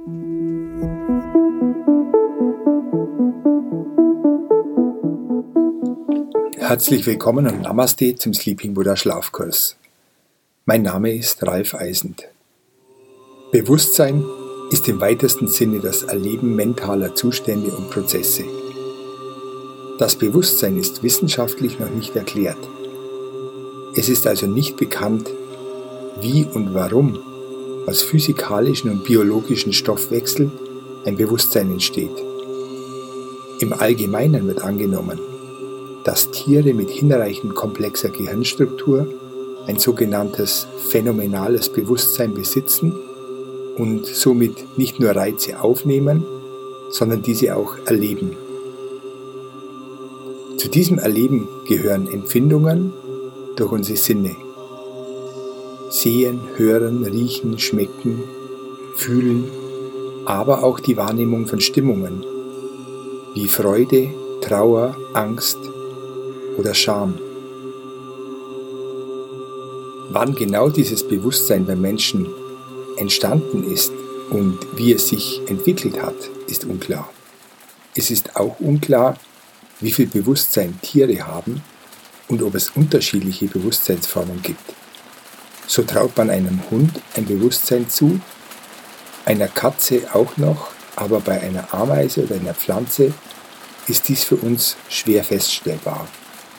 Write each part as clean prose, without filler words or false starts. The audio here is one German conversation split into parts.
Herzlich willkommen und Namaste zum Sleeping Buddha Schlafkurs. Mein Name ist Ralf Eisend. Bewusstsein ist im weitesten Sinne das Erleben mentaler Zustände und Prozesse. Das Bewusstsein ist wissenschaftlich noch nicht erklärt. Es ist also nicht bekannt, wie und warum aus physikalischen und biologischen Stoffwechsel ein Bewusstsein entsteht. Im Allgemeinen wird angenommen, dass Tiere mit hinreichend komplexer Gehirnstruktur ein sogenanntes phänomenales Bewusstsein besitzen und somit nicht nur Reize aufnehmen, sondern diese auch erleben. Zu diesem Erleben gehören Empfindungen durch unsere Sinne. Sehen, hören, riechen, schmecken, fühlen, aber auch die Wahrnehmung von Stimmungen wie Freude, Trauer, Angst oder Scham. Wann genau dieses Bewusstsein beim Menschen entstanden ist und wie es sich entwickelt hat, ist unklar. Es ist auch unklar, wie viel Bewusstsein Tiere haben und ob es unterschiedliche Bewusstseinsformen gibt. So traut man einem Hund ein Bewusstsein zu, einer Katze auch noch, aber bei einer Ameise oder einer Pflanze ist dies für uns schwer feststellbar.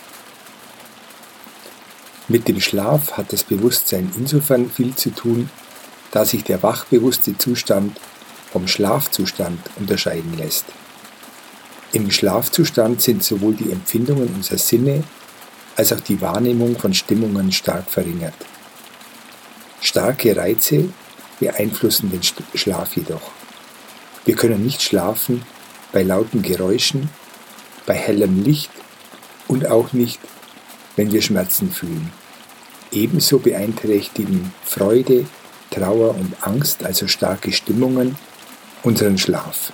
Mit dem Schlaf hat das Bewusstsein insofern viel zu tun, da sich der wachbewusste Zustand vom Schlafzustand unterscheiden lässt. Im Schlafzustand sind sowohl die Empfindungen unserer Sinne als auch die Wahrnehmung von Stimmungen stark verringert. Starke Reize beeinflussen den Schlaf jedoch. Wir können nicht schlafen bei lauten Geräuschen, bei hellem Licht und auch nicht, wenn wir Schmerzen fühlen. Ebenso beeinträchtigen Freude, Trauer und Angst, also starke Stimmungen, unseren Schlaf.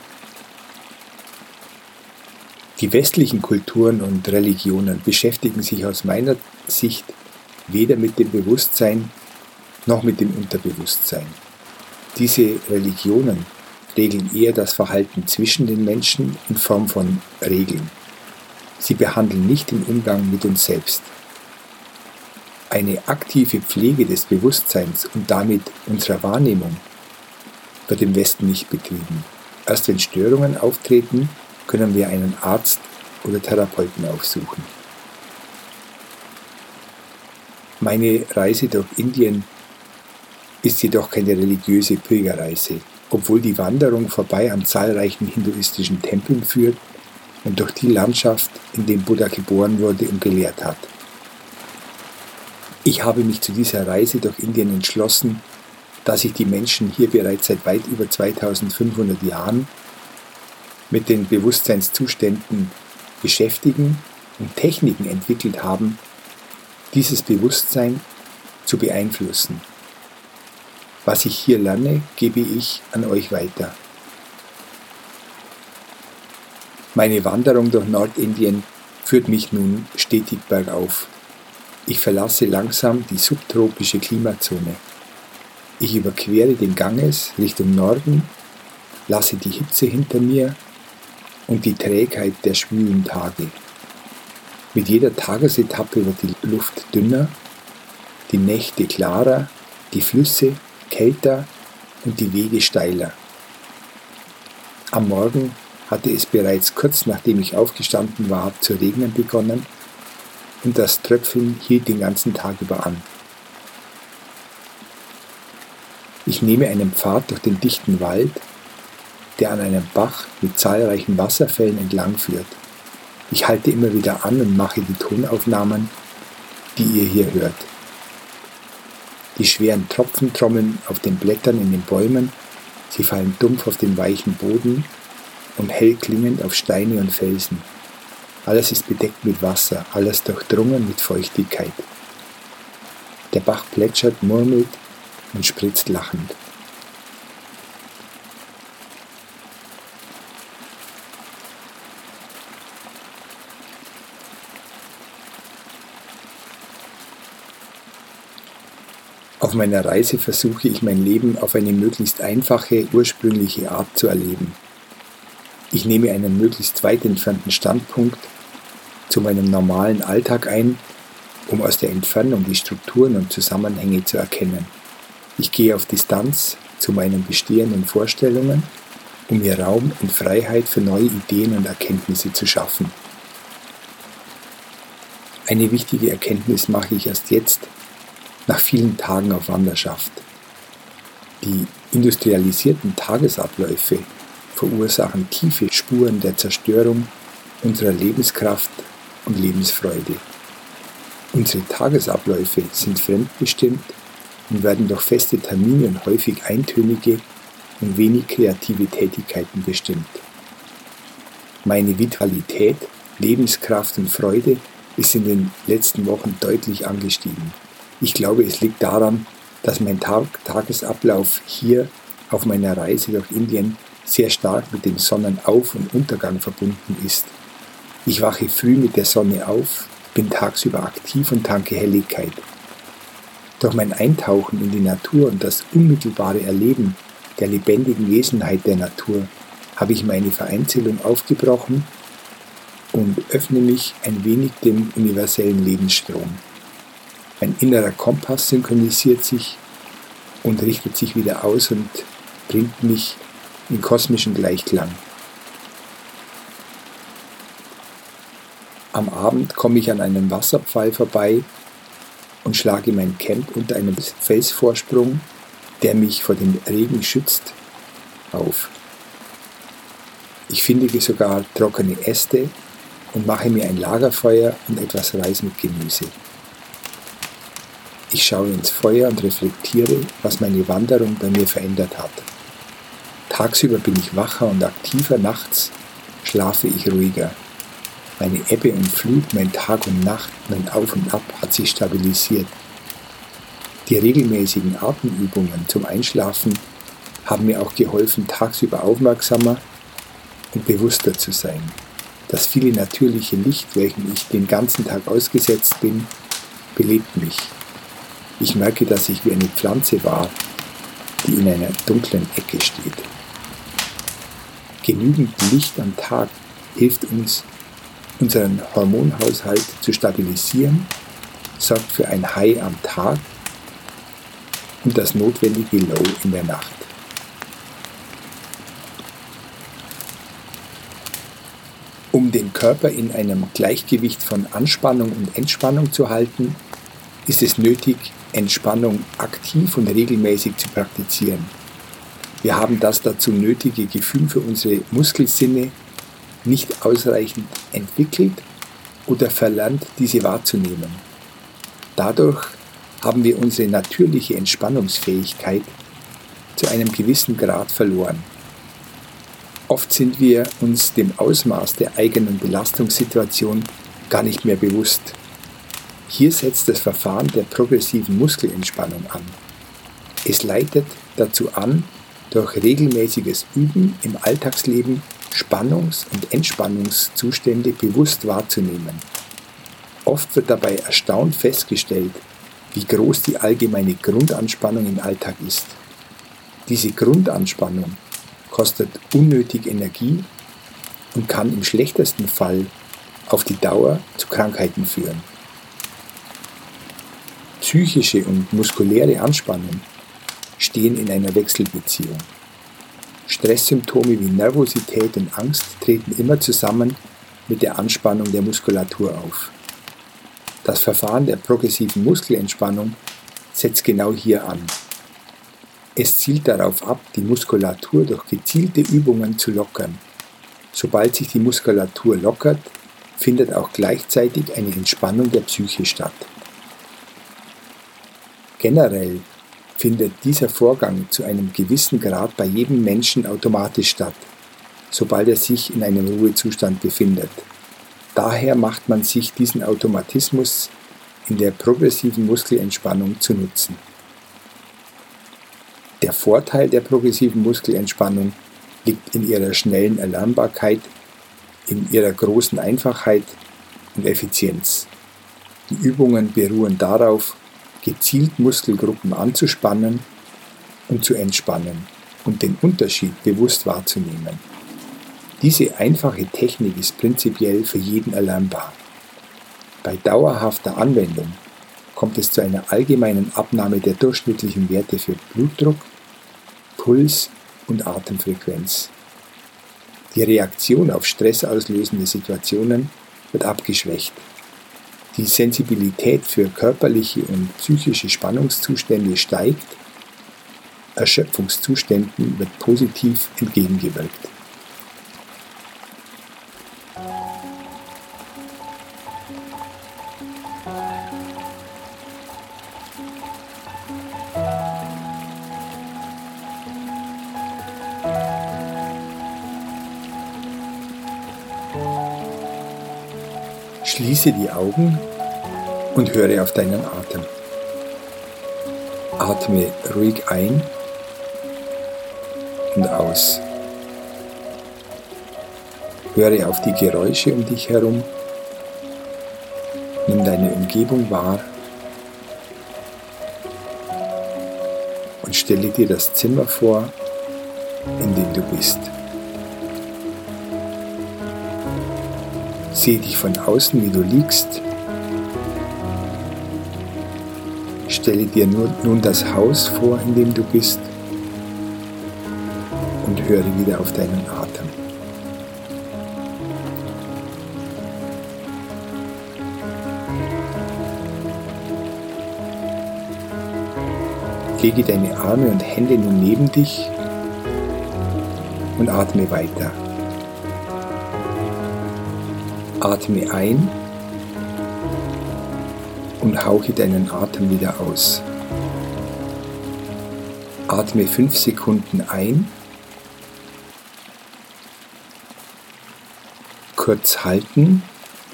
Die westlichen Kulturen und Religionen beschäftigen sich aus meiner Sicht weder mit dem Bewusstsein noch mit dem Unterbewusstsein. Diese Religionen regeln eher das Verhalten zwischen den Menschen in Form von Regeln. Sie behandeln nicht den Umgang mit uns selbst. Eine aktive Pflege des Bewusstseins und damit unserer Wahrnehmung wird im Westen nicht betrieben. Erst wenn Störungen auftreten, können wir einen Arzt oder Therapeuten aufsuchen. Meine Reise durch Indien ist jedoch keine religiöse Pilgerreise, obwohl die Wanderung vorbei an zahlreichen hinduistischen Tempeln führt und durch die Landschaft, in der Buddha geboren wurde und gelehrt hat. Ich habe mich zu dieser Reise durch Indien entschlossen, da sich die Menschen hier bereits seit weit über 2500 Jahren mit den Bewusstseinszuständen beschäftigen und Techniken entwickelt haben, dieses Bewusstsein zu beeinflussen. Was ich hier lerne, gebe ich an euch weiter. Meine Wanderung durch Nordindien führt mich nun stetig bergauf. Ich verlasse langsam die subtropische Klimazone. Ich überquere den Ganges Richtung Norden, lasse die Hitze hinter mir und die Trägheit der schwülen Tage. Mit jeder Tagesetappe wird die Luft dünner, die Nächte klarer, die Flüsse kälter und die Wege steiler. Am Morgen hatte es bereits kurz nachdem ich aufgestanden war zu regnen begonnen und das Tröpfeln hielt den ganzen Tag über an. Ich nehme einen Pfad durch den dichten Wald, der an einem Bach mit zahlreichen Wasserfällen entlang führt. Ich halte immer wieder an und mache die Tonaufnahmen, die ihr hier hört. Die schweren Tropfen trommeln auf den Blättern in den Bäumen, sie fallen dumpf auf den weichen Boden und hell klingend auf Steine und Felsen. Alles ist bedeckt mit Wasser, alles durchdrungen mit Feuchtigkeit. Der Bach plätschert, murmelt und spritzt lachend. Auf meiner Reise versuche ich mein Leben auf eine möglichst einfache, ursprüngliche Art zu erleben. Ich nehme einen möglichst weit entfernten Standpunkt zu meinem normalen Alltag ein, um aus der Entfernung die Strukturen und Zusammenhänge zu erkennen. Ich gehe auf Distanz zu meinen bestehenden Vorstellungen, um mir Raum und Freiheit für neue Ideen und Erkenntnisse zu schaffen. Eine wichtige Erkenntnis mache ich erst jetzt, nach vielen Tagen auf Wanderschaft. Die industrialisierten Tagesabläufe verursachen tiefe Spuren der Zerstörung unserer Lebenskraft und Lebensfreude. Unsere Tagesabläufe sind fremdbestimmt und werden durch feste Termine und häufig eintönige und wenig kreative Tätigkeiten bestimmt. Meine Vitalität, Lebenskraft und Freude ist in den letzten Wochen deutlich angestiegen. Ich glaube, es liegt daran, dass mein Tagesablauf hier auf meiner Reise durch Indien sehr stark mit dem Sonnenauf- und Untergang verbunden ist. Ich wache früh mit der Sonne auf, bin tagsüber aktiv und tanke Helligkeit. Durch mein Eintauchen in die Natur und das unmittelbare Erleben der lebendigen Wesenheit der Natur habe ich meine Vereinzelung aufgebrochen und öffne mich ein wenig dem universellen Lebensstrom. Mein innerer Kompass synchronisiert sich und richtet sich wieder aus und bringt mich in kosmischen Gleichklang. Am Abend komme ich an einem Wasserfall vorbei und schlage mein Camp unter einem Felsvorsprung, der mich vor dem Regen schützt, auf. Ich finde sogar trockene Äste und mache mir ein Lagerfeuer und etwas Reis mit Gemüse. Ich schaue ins Feuer und reflektiere, was meine Wanderung bei mir verändert hat. Tagsüber bin ich wacher und aktiver, nachts schlafe ich ruhiger. Meine Ebbe und Flut, mein Tag und Nacht, mein Auf und Ab hat sich stabilisiert. Die regelmäßigen Atemübungen zum Einschlafen haben mir auch geholfen, tagsüber aufmerksamer und bewusster zu sein. Das viele natürliche Licht, welchem ich den ganzen Tag ausgesetzt bin, belebt mich. Ich merke, dass ich wie eine Pflanze war, die in einer dunklen Ecke steht. Genügend Licht am Tag hilft uns, unseren Hormonhaushalt zu stabilisieren, sorgt für ein High am Tag und das notwendige Low in der Nacht. Um den Körper in einem Gleichgewicht von Anspannung und Entspannung zu halten, ist es nötig, Entspannung aktiv und regelmäßig zu praktizieren. Wir haben das dazu nötige Gefühl für unsere Muskelsinne nicht ausreichend entwickelt oder verlernt, diese wahrzunehmen. Dadurch haben wir unsere natürliche Entspannungsfähigkeit zu einem gewissen Grad verloren. Oft sind wir uns dem Ausmaß der eigenen Belastungssituation gar nicht mehr bewusst. Hier setzt das Verfahren der progressiven Muskelentspannung an. Es leitet dazu an, durch regelmäßiges Üben im Alltagsleben Spannungs- und Entspannungszustände bewusst wahrzunehmen. Oft wird dabei erstaunt festgestellt, wie groß die allgemeine Grundanspannung im Alltag ist. Diese Grundanspannung kostet unnötig Energie und kann im schlechtesten Fall auf die Dauer zu Krankheiten führen. Psychische und muskuläre Anspannung stehen in einer Wechselbeziehung. Stresssymptome wie Nervosität und Angst treten immer zusammen mit der Anspannung der Muskulatur auf. Das Verfahren der progressiven Muskelentspannung setzt genau hier an. Es zielt darauf ab, die Muskulatur durch gezielte Übungen zu lockern. Sobald sich die Muskulatur lockert, findet auch gleichzeitig eine Entspannung der Psyche statt. Generell findet dieser Vorgang zu einem gewissen Grad bei jedem Menschen automatisch statt, sobald er sich in einem Ruhezustand befindet. Daher macht man sich diesen Automatismus in der progressiven Muskelentspannung zu nutzen. Der Vorteil der progressiven Muskelentspannung liegt in ihrer schnellen Erlernbarkeit, in ihrer großen Einfachheit und Effizienz. Die Übungen beruhen darauf, gezielt Muskelgruppen anzuspannen und zu entspannen und den Unterschied bewusst wahrzunehmen. Diese einfache Technik ist prinzipiell für jeden erlernbar. Bei dauerhafter Anwendung kommt es zu einer allgemeinen Abnahme der durchschnittlichen Werte für Blutdruck, Puls und Atemfrequenz. Die Reaktion auf stressauslösende Situationen wird abgeschwächt. Die Sensibilität für körperliche und psychische Spannungszustände steigt, Erschöpfungszuständen wird positiv entgegengewirkt. Schließe die Augen und höre auf deinen Atem. Atme ruhig ein und aus. Höre auf die Geräusche um dich herum. Nimm deine Umgebung wahr und stelle dir das Zimmer vor, in dem du bist. Sehe dich von außen, wie du liegst. Stelle dir nun das Haus vor, in dem du bist, und höre wieder auf deinen Atem. Lege deine Arme und Hände nun neben dich und atme weiter. Atme ein und hauche deinen Atem wieder aus. Atme 5 Sekunden ein, kurz halten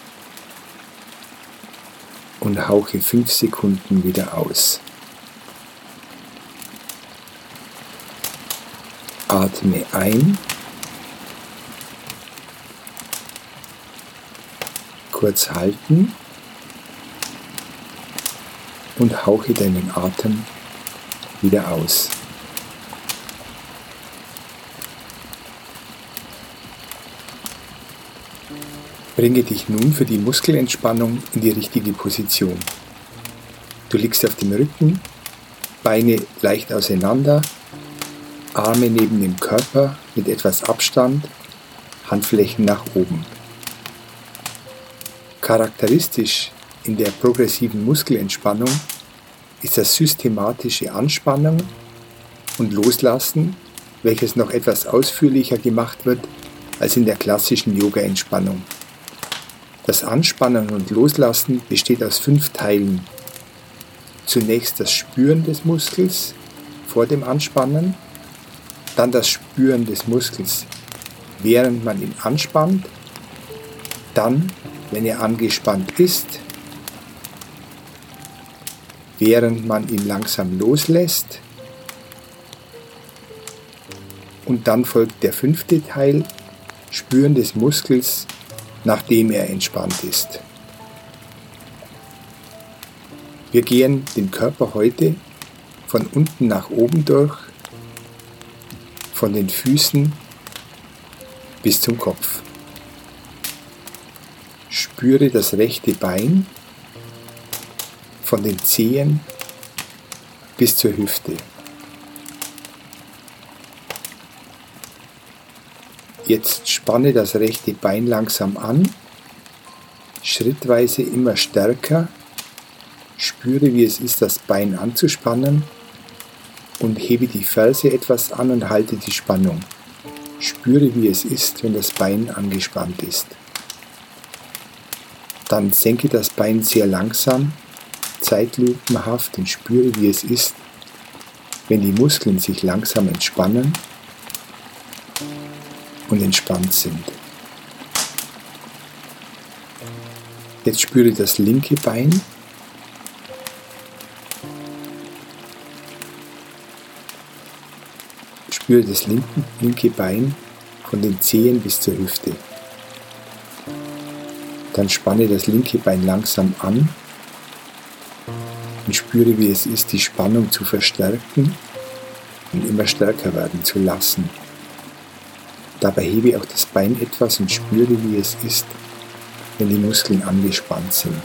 und hauche 5 Sekunden wieder aus. Atme ein, kurz halten und hauche deinen Atem wieder aus. Bringe dich nun für die Muskelentspannung in die richtige Position. Du liegst auf dem Rücken, Beine leicht auseinander, Arme neben dem Körper mit etwas Abstand, Handflächen nach oben. Charakteristisch in der progressiven Muskelentspannung ist das systematische Anspannen und Loslassen, welches noch etwas ausführlicher gemacht wird als in der klassischen Yoga-Entspannung. Das Anspannen und Loslassen besteht aus 5 Teilen. Zunächst das Spüren des Muskels vor dem Anspannen, dann das Spüren des Muskels, während man ihn anspannt, dann, wenn er angespannt ist, während man ihn langsam loslässt, und dann folgt der 5. Teil, Spüren des Muskels, nachdem er entspannt ist. Wir gehen den Körper heute von unten nach oben durch, von den Füßen bis zum Kopf. Spüre das rechte Bein von den Zehen bis zur Hüfte. Jetzt spanne das rechte Bein langsam an, schrittweise immer stärker. Spüre, wie es ist, das Bein anzuspannen und hebe die Ferse etwas an und halte die Spannung. Spüre, wie es ist, wenn das Bein angespannt ist. Dann senke das Bein sehr langsam, zeitlupenhaft, und spüre, wie es ist, wenn die Muskeln sich langsam entspannen und entspannt sind. Jetzt spüre das linke Bein. Spüre das linke Bein von den Zehen bis zur Hüfte. Dann spanne das linke Bein langsam an und spüre, wie es ist, die Spannung zu verstärken und immer stärker werden zu lassen. Dabei hebe auch das Bein etwas und spüre, wie es ist, wenn die Muskeln angespannt sind.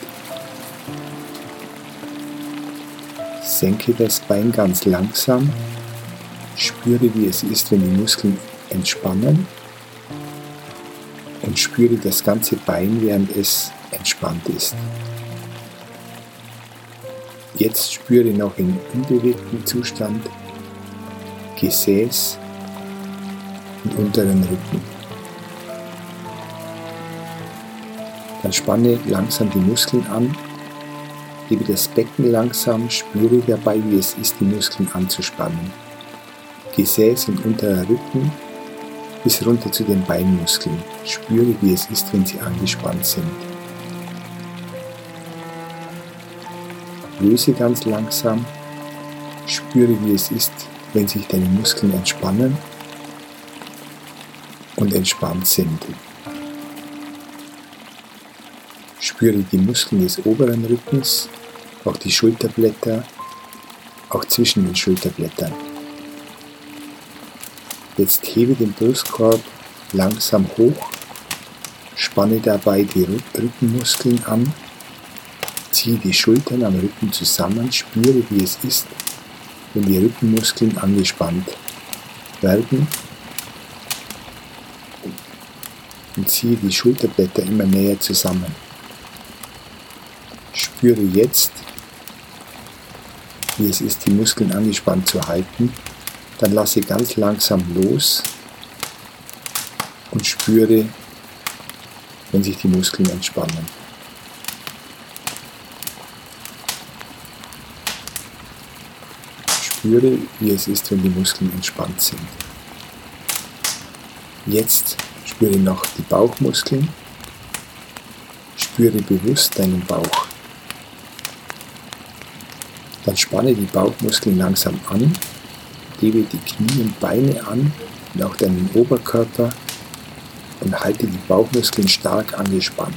Senke das Bein ganz langsam, spüre, wie es ist, wenn die Muskeln entspannen und spüre das ganze Bein, während es entspannt ist. Jetzt spüre noch im unbewegten Zustand Gesäß und unteren Rücken. Dann spanne langsam die Muskeln an, hebe das Becken langsam, spüre dabei, wie es ist, die Muskeln anzuspannen. Gesäß und unterer Rücken bis runter zu den Beinmuskeln. Spüre, wie es ist, wenn sie angespannt sind. Löse ganz langsam, spüre, wie es ist, wenn sich deine Muskeln entspannen und entspannt sind. Spüre die Muskeln des oberen Rückens, auch die Schulterblätter, auch zwischen den Schulterblättern. Jetzt hebe den Brustkorb langsam hoch, spanne dabei die Rückenmuskeln an, ziehe die Schultern am Rücken zusammen, spüre, wie es ist, wenn die Rückenmuskeln angespannt werden und ziehe die Schulterblätter immer näher zusammen. Spüre jetzt, wie es ist, die Muskeln angespannt zu halten. Dann lasse ganz langsam los und spüre, wenn sich die Muskeln entspannen. Spüre, wie es ist, wenn die Muskeln entspannt sind. Jetzt spüre noch die Bauchmuskeln. Spüre bewusst deinen Bauch. Dann spanne die Bauchmuskeln langsam an, hebe die Knie und Beine an und auch deinen Oberkörper und halte die Bauchmuskeln stark angespannt.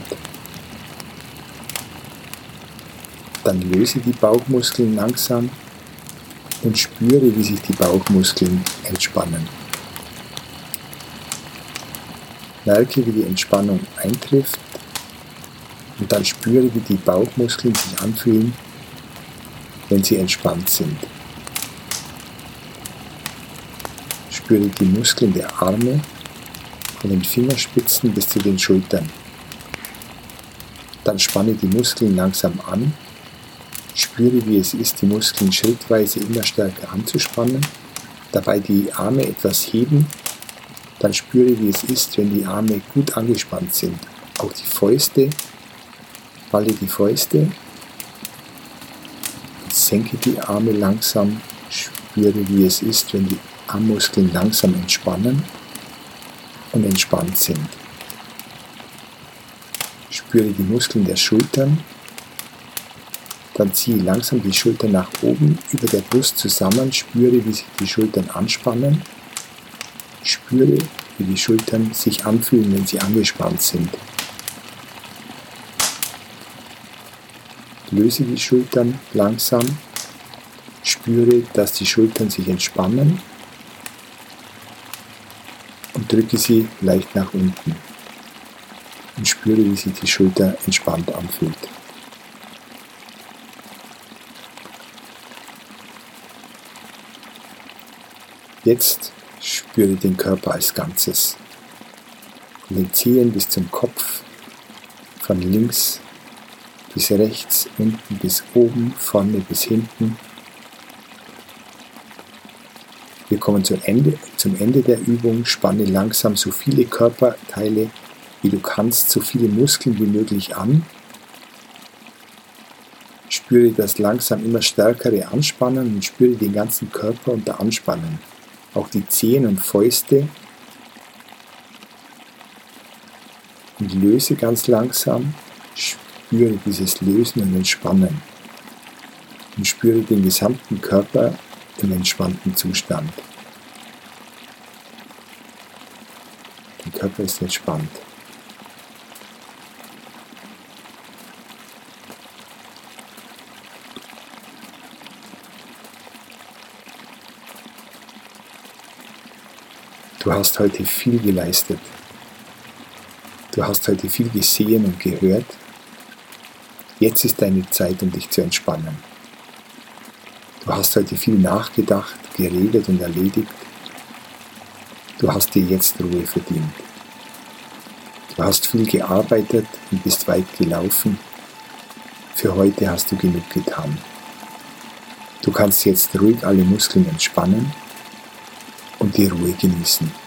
Dann löse die Bauchmuskeln langsam und spüre, wie sich die Bauchmuskeln entspannen. Merke, wie die Entspannung eintrifft und dann spüre, wie die Bauchmuskeln sich anfühlen, wenn sie entspannt sind. Spüre die Muskeln der Arme von den Fingerspitzen bis zu den Schultern. Dann spanne die Muskeln langsam an. Spüre, wie es ist, die Muskeln schrittweise immer stärker anzuspannen. Dabei die Arme etwas heben. Dann spüre, wie es ist, wenn die Arme gut angespannt sind. Auch die Fäuste. Balle die Fäuste. Senke die Arme langsam. Spüre, wie es ist, wenn die Armmuskeln langsam entspannen und entspannt sind. Spüre die Muskeln der Schultern. Dann ziehe langsam die Schultern nach oben über der Brust zusammen. Spüre, wie sich die Schultern anspannen. Spüre, wie die Schultern sich anfühlen, wenn sie angespannt sind. Löse die Schultern langsam. Spüre, dass die Schultern sich entspannen und drücke sie leicht nach unten. Und spüre, wie sich die Schulter entspannt anfühlt. Jetzt spüre den Körper als Ganzes. Von den Zehen bis zum Kopf, von links bis rechts, unten bis oben, vorne bis hinten. Wir kommen zum Ende der Übung. Spanne langsam so viele Körperteile wie du kannst, so viele Muskeln wie möglich an. Spüre das langsam immer stärkere Anspannen und spüre den ganzen Körper unter Anspannung. Auch die Zehen und Fäuste. Und löse ganz langsam. Spüre dieses Lösen und Entspannen. Und spüre den gesamten Körper im entspannten Zustand. Der Körper ist entspannt. Du hast heute viel geleistet. Du hast heute viel gesehen und gehört. Jetzt ist deine Zeit, um dich zu entspannen. Du hast heute viel nachgedacht, geredet und erledigt. Du hast dir jetzt Ruhe verdient. Du hast viel gearbeitet und bist weit gelaufen. Für heute hast du genug getan. Du kannst jetzt ruhig alle Muskeln entspannen und die Ruhe genießen.